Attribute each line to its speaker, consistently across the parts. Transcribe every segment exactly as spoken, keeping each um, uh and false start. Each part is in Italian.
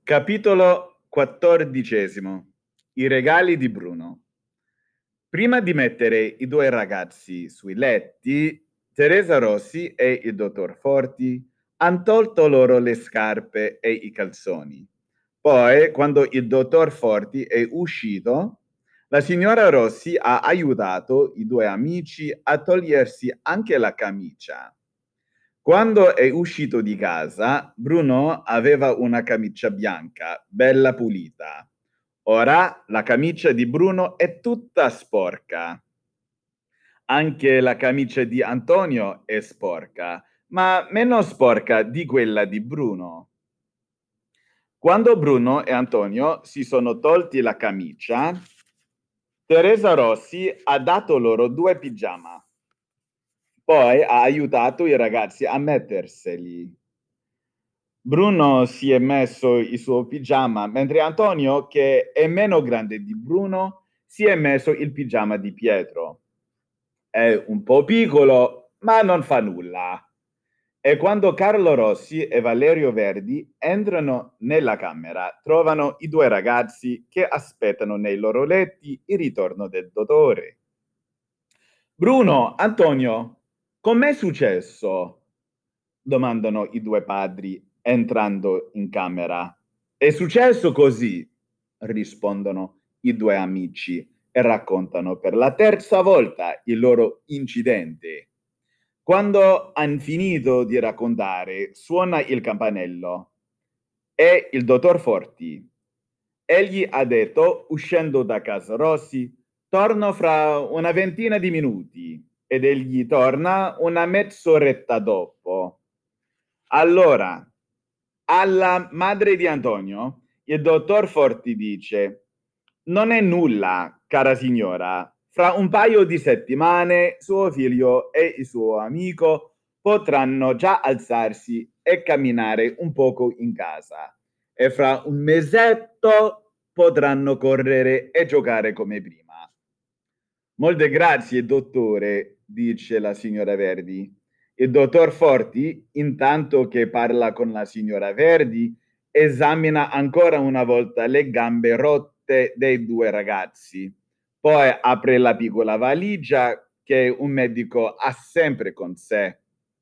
Speaker 1: Capitolo quattordicesimo. I regali di Bruno. Prima di mettere i due ragazzi sui letti, Teresa Rossi e il dottor Forti hanno tolto loro le scarpe e i calzoni. Poi, quando il dottor Forti è uscito, la signora Rossi ha aiutato i due amici a togliersi anche la camicia. Quando è uscito di casa, Bruno aveva una camicia bianca, bella pulita. Ora la camicia di Bruno è tutta sporca. Anche la camicia di Antonio è sporca, ma meno sporca di quella di Bruno. Quando Bruno e Antonio si sono tolti la camicia, Teresa Rossi ha dato loro due pigiama. Poi ha aiutato i ragazzi a metterseli. Bruno si è messo il suo pigiama, mentre Antonio, che è meno grande di Bruno, si è messo il pigiama di Pietro. È un po' piccolo, ma non fa nulla. E quando Carlo Rossi e Valerio Verdi entrano nella camera, trovano i due ragazzi che aspettano nei loro letti il ritorno del dottore. Bruno, Antonio, com'è successo? Domandano i due padri entrando in camera. È successo così, rispondono i due amici e raccontano per la terza volta il loro incidente. Quando hanno finito di raccontare, suona il campanello. È il dottor Forti. Egli ha detto, uscendo da casa Rossi, torno fra una ventina di minuti, ed egli torna una mezz'oretta dopo. Allora, alla madre di Antonio, il dottor Forti dice: non è nulla, cara signora. Fra un paio di settimane suo figlio e il suo amico potranno già alzarsi e camminare un poco in casa. E fra un mesetto potranno correre e giocare come prima. Molte grazie, dottore, dice la signora Verdi. Il dottor Forti, intanto che parla con la signora Verdi, esamina ancora una volta le gambe rotte dei due ragazzi. Poi apre la piccola valigia che un medico ha sempre con sé.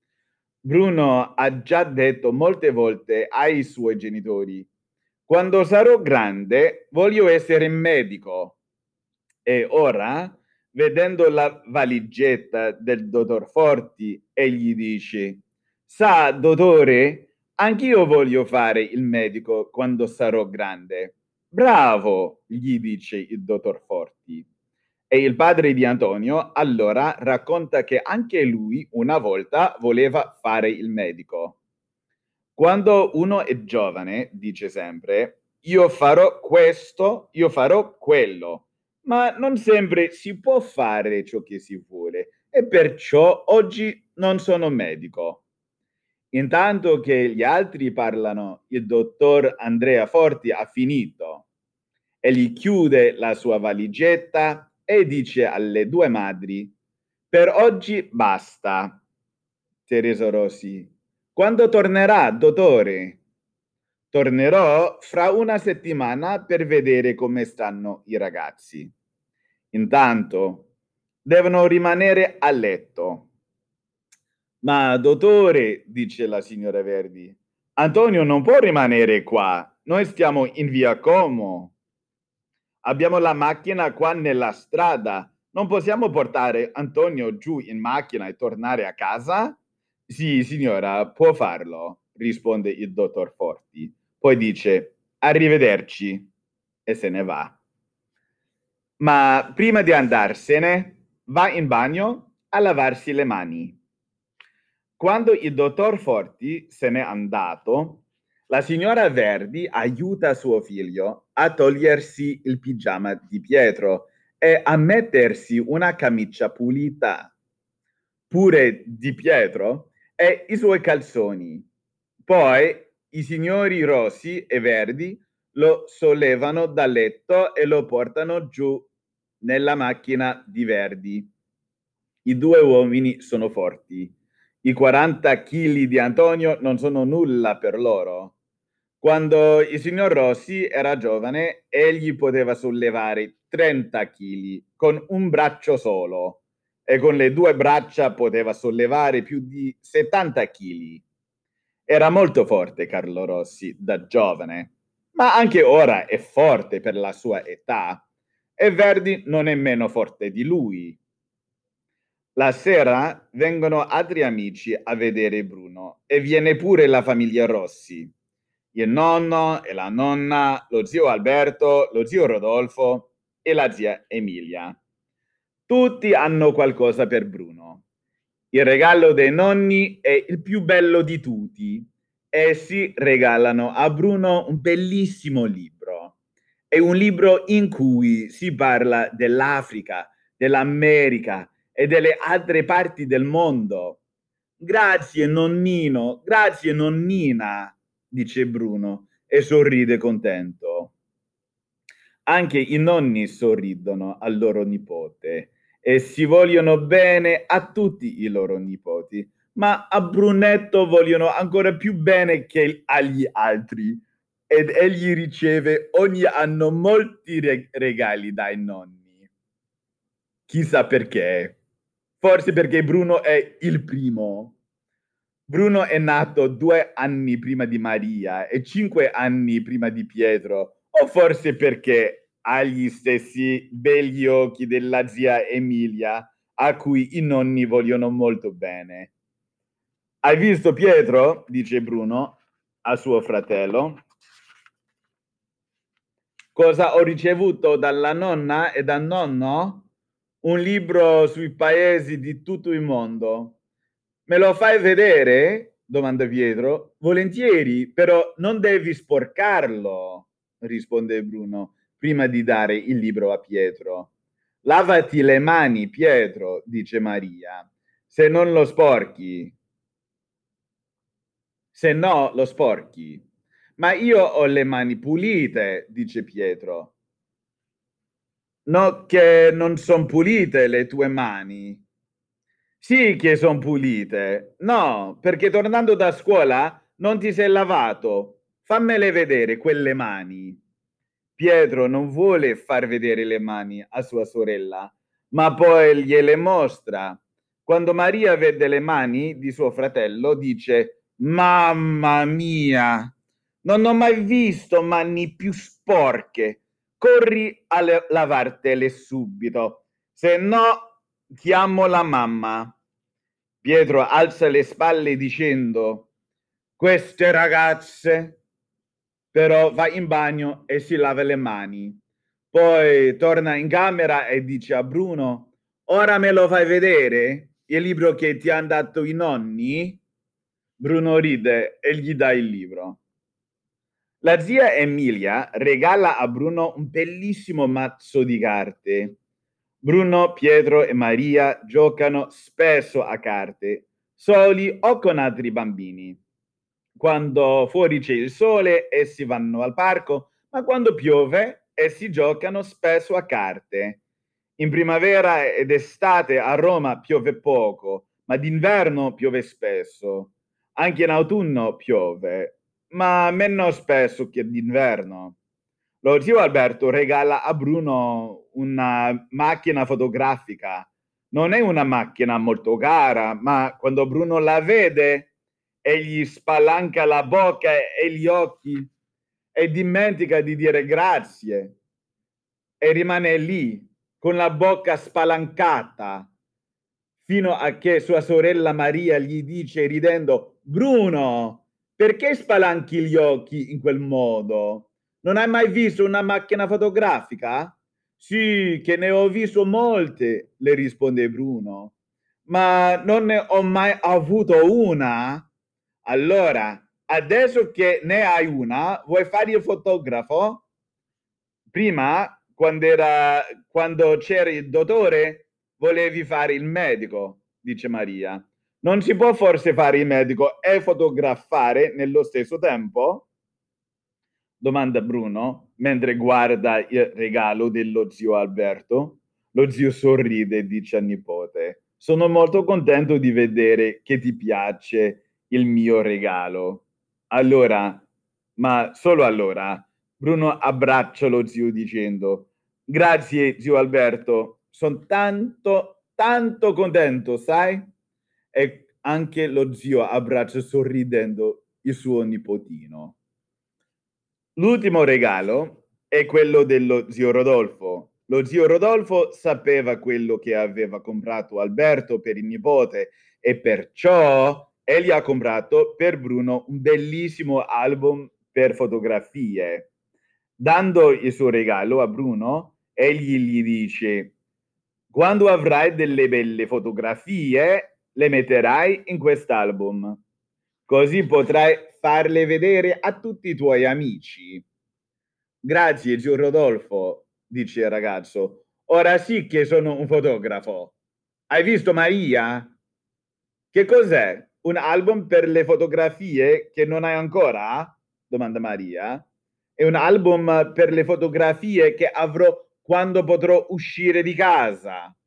Speaker 1: Bruno ha già detto molte volte ai suoi genitori: quando sarò grande voglio essere medico. E ora, vedendo la valigetta del dottor Forti, egli dice: sa, dottore, anch'io voglio fare il medico quando sarò grande. Bravo, gli dice il dottor Forti. E il padre di Antonio allora racconta che anche lui una volta voleva fare il medico. Quando uno è giovane, dice sempre, io farò questo, io farò quello, ma non sempre si può fare ciò che si vuole e perciò oggi non sono medico. Intanto che gli altri parlano, il dottor Andrea Forti ha finito. Egli chiude la sua valigetta e dice alle due madri: per oggi basta. Teresa Rossi: quando tornerà, dottore? Tornerò fra una settimana per vedere come stanno i ragazzi. Intanto devono rimanere a letto. Ma dottore, dice la signora Verdi, Antonio non può rimanere qua. Noi stiamo in via Como. Abbiamo la macchina qua nella strada. Non possiamo portare Antonio giù in macchina e tornare a casa? Sì, signora, può farlo, risponde il dottor Forti. Poi dice: arrivederci, e se ne va. Ma prima di andarsene, va in bagno a lavarsi le mani. Quando il dottor Forti se n'è andato, la signora Verdi aiuta suo figlio a togliersi il pigiama di Pietro e a mettersi una camicia pulita, pure di Pietro, e i suoi calzoni. Poi i signori Rossi e Verdi lo sollevano dal letto e lo portano giù nella macchina di Verdi. I due uomini sono forti. I quaranta chili di Antonio non sono nulla per loro. Quando il signor Rossi era giovane, egli poteva sollevare trenta chili con un braccio solo e con le due braccia poteva sollevare più di settanta chili. Era molto forte Carlo Rossi da giovane, ma anche ora è forte per la sua età e Verdi non è meno forte di lui. La sera vengono altri amici a vedere Bruno e viene pure la famiglia Rossi. Il nonno e la nonna, lo zio Alberto, lo zio Rodolfo e la zia Emilia. Tutti hanno qualcosa per Bruno. Il regalo dei nonni è il più bello di tutti. Essi regalano a Bruno un bellissimo libro. È un libro in cui si parla dell'Africa, dell'America e delle altre parti del mondo. Grazie nonnino, grazie nonnina, dice Bruno e sorride contento. Anche i nonni sorridono al loro nipote e si vogliono bene a tutti i loro nipoti, ma a Brunetto vogliono ancora più bene che agli altri ed egli riceve ogni anno molti re- regali dai nonni. Chissà perché. Forse perché Bruno è il primo. Bruno è nato due anni prima di Maria e cinque anni prima di Pietro, o forse perché ha gli stessi begli occhi della zia Emilia, a cui i nonni vogliono molto bene. Hai visto Pietro? Dice Bruno a suo fratello. Cosa ho ricevuto dalla nonna e dal nonno? Un libro sui paesi di tutto il mondo. Me lo fai vedere? Domanda Pietro. Volentieri, però non devi sporcarlo, risponde Bruno, prima di dare il libro a Pietro. Lavati le mani, Pietro, dice Maria, se non lo sporchi. Se no, lo sporchi. Ma io ho le mani pulite, dice Pietro. No, che non son pulite le tue mani. Sì che son pulite. No, perché tornando da scuola non ti sei lavato. Fammele vedere quelle mani. Pietro non vuole far vedere le mani a sua sorella, ma poi gliele mostra. Quando Maria vede le mani di suo fratello, dice: Mamma mia, non ho mai visto mani più sporche. Corri a le- lavartele subito, se no chiamo la mamma. Pietro alza le spalle dicendo: Queste ragazze. Però va in bagno e si lava le mani. Poi torna in camera e dice a Bruno: Ora me lo fai vedere il libro che ti hanno dato i nonni? Bruno ride e gli dà il libro. La zia Emilia regala a Bruno un bellissimo mazzo di carte. Bruno, Pietro e Maria giocano spesso a carte, soli o con altri bambini. Quando fuori c'è il sole, essi vanno al parco, ma quando piove, essi giocano spesso a carte. In primavera ed estate a Roma piove poco, ma d'inverno piove spesso. Anche in autunno piove, ma meno spesso che d'inverno. Lo zio Alberto regala a Bruno una macchina fotografica. Non è una macchina molto cara, ma quando Bruno la vede, egli spalanca la bocca e gli occhi e dimentica di dire grazie e rimane lì con la bocca spalancata fino a che sua sorella Maria gli dice ridendo: Bruno, perché spalanchi gli occhi in quel modo? Non hai mai visto una macchina fotografica? Sì, che ne ho visto molte, le risponde Bruno, ma non ne ho mai avuto una. Allora, adesso che ne hai una, vuoi fare il fotografo? Prima, quando, era, quando c'era il dottore, volevi fare il medico, dice Maria. Non si può forse fare il medico e fotografare nello stesso tempo? Domanda Bruno, mentre guarda il regalo dello zio Alberto. Lo zio sorride e dice al nipote: Sono molto contento di vedere che ti piace il mio regalo. Allora, Ma solo allora Bruno abbraccia lo zio dicendo: grazie, zio Alberto, sono tanto, tanto contento, sai? E anche lo zio abbraccia sorridendo il suo nipotino. L'ultimo regalo è quello dello zio Rodolfo. Lo zio Rodolfo sapeva quello che aveva comprato Alberto per il nipote e perciò egli ha comprato per Bruno un bellissimo album per fotografie. Dando il suo regalo a Bruno, egli gli dice: quando avrai delle belle fotografie, le metterai in quest'album. Così potrai farle vedere a tutti i tuoi amici. Grazie, zio Rodolfo, dice il ragazzo. Ora sì che sono un fotografo. Hai visto Maria? Che cos'è? Un album per le fotografie che non hai ancora? Domanda Maria. È un album per le fotografie che avrò quando potrò uscire di casa.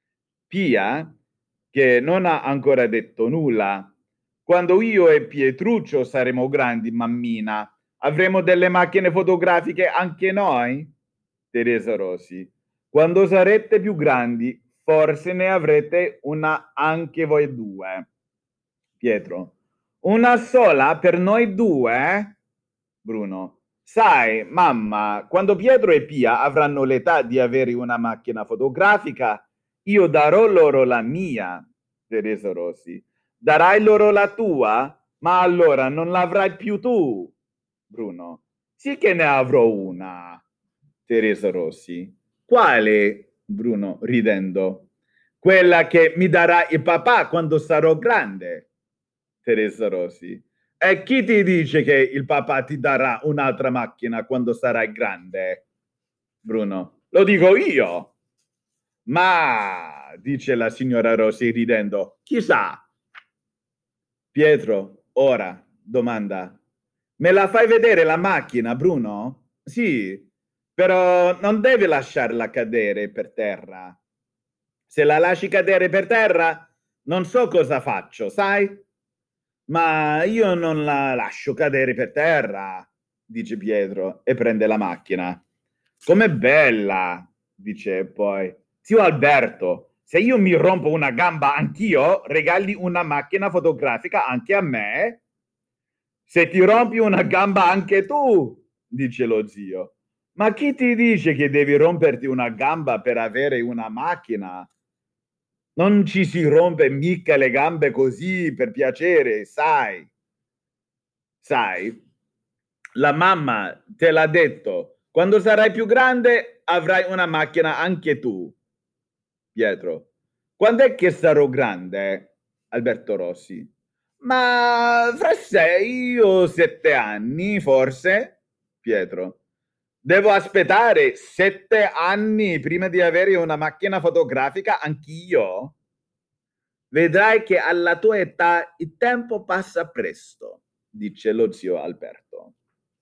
Speaker 1: Pia, che non ha ancora detto nulla. Quando io e Pietruccio saremo grandi, mammina, avremo delle macchine fotografiche anche noi? Teresa Rossi. Quando sarete più grandi, forse ne avrete una anche voi due. Pietro. Una sola per noi due? Bruno. Sai, mamma, quando Pietro e Pia avranno l'età di avere una macchina fotografica, io darò loro la mia. Teresa Rossi. Darai loro la tua? Ma allora non l'avrai più tu. Bruno. Sì che ne avrò una. Teresa Rossi. Quale? Bruno, ridendo. Quella che mi darà il papà quando sarò grande. Teresa Rossi. E chi ti dice che il papà ti darà un'altra macchina quando sarai grande? Bruno. Lo dico io. Ma, dice la signora Rossi ridendo, chissà. Pietro, ora, domanda. Me la fai vedere la macchina, Bruno? Sì, però non devi lasciarla cadere per terra. Se la lasci cadere per terra, non so cosa faccio, sai? Ma io non la lascio cadere per terra, dice Pietro e prende la macchina. Com'è bella, dice poi. Zio Alberto, se io mi rompo una gamba anch'io, regali una macchina fotografica anche a me? Se ti rompi una gamba anche tu, dice lo zio. Ma chi ti dice che devi romperti una gamba per avere una macchina? Non ci si rompe mica le gambe così per piacere, sai. Sai, la mamma te l'ha detto, quando sarai più grande avrai una macchina anche tu. Pietro, quando è che sarò grande? Alberto Rossi. Ma fra sei o sette anni, forse? Pietro. Devo aspettare sette anni prima di avere una macchina fotografica anch'io? Vedrai che alla tua età il tempo passa presto, dice lo zio Alberto.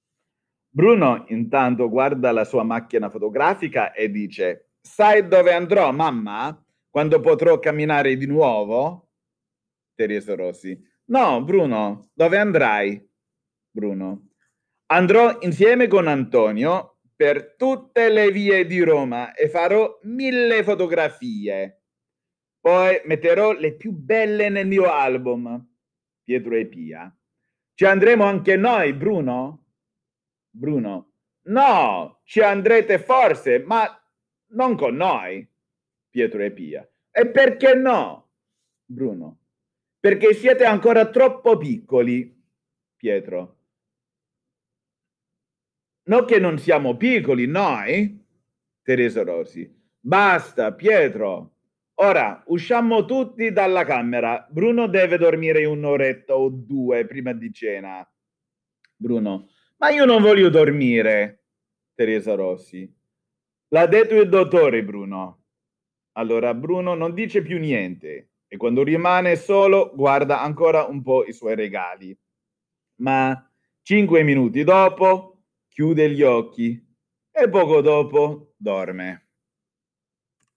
Speaker 1: Bruno intanto guarda la sua macchina fotografica e dice: sai dove andrò, mamma? Quando potrò camminare di nuovo? Teresa Rossi. No, Bruno, dove andrai? Bruno. Andrò insieme con Antonio per tutte le vie di Roma e farò mille fotografie. Poi metterò le più belle nel mio album. Pietro e Pia. Ci andremo anche noi, Bruno? Bruno. No, ci andrete forse, ma non con noi. Pietro e Pia. E perché no? Bruno. Perché siete ancora troppo piccoli. Pietro. No che non siamo piccoli noi? Teresa Rossi. Basta, Pietro. Ora usciamo tutti dalla camera. Bruno deve dormire un'oretta o due prima di cena. Bruno. Ma io non voglio dormire. Teresa Rossi. L'ha detto il dottore, Bruno. Allora Bruno non dice più niente e quando rimane solo guarda ancora un po' i suoi regali. Ma cinque minuti dopo chiude gli occhi e poco dopo dorme.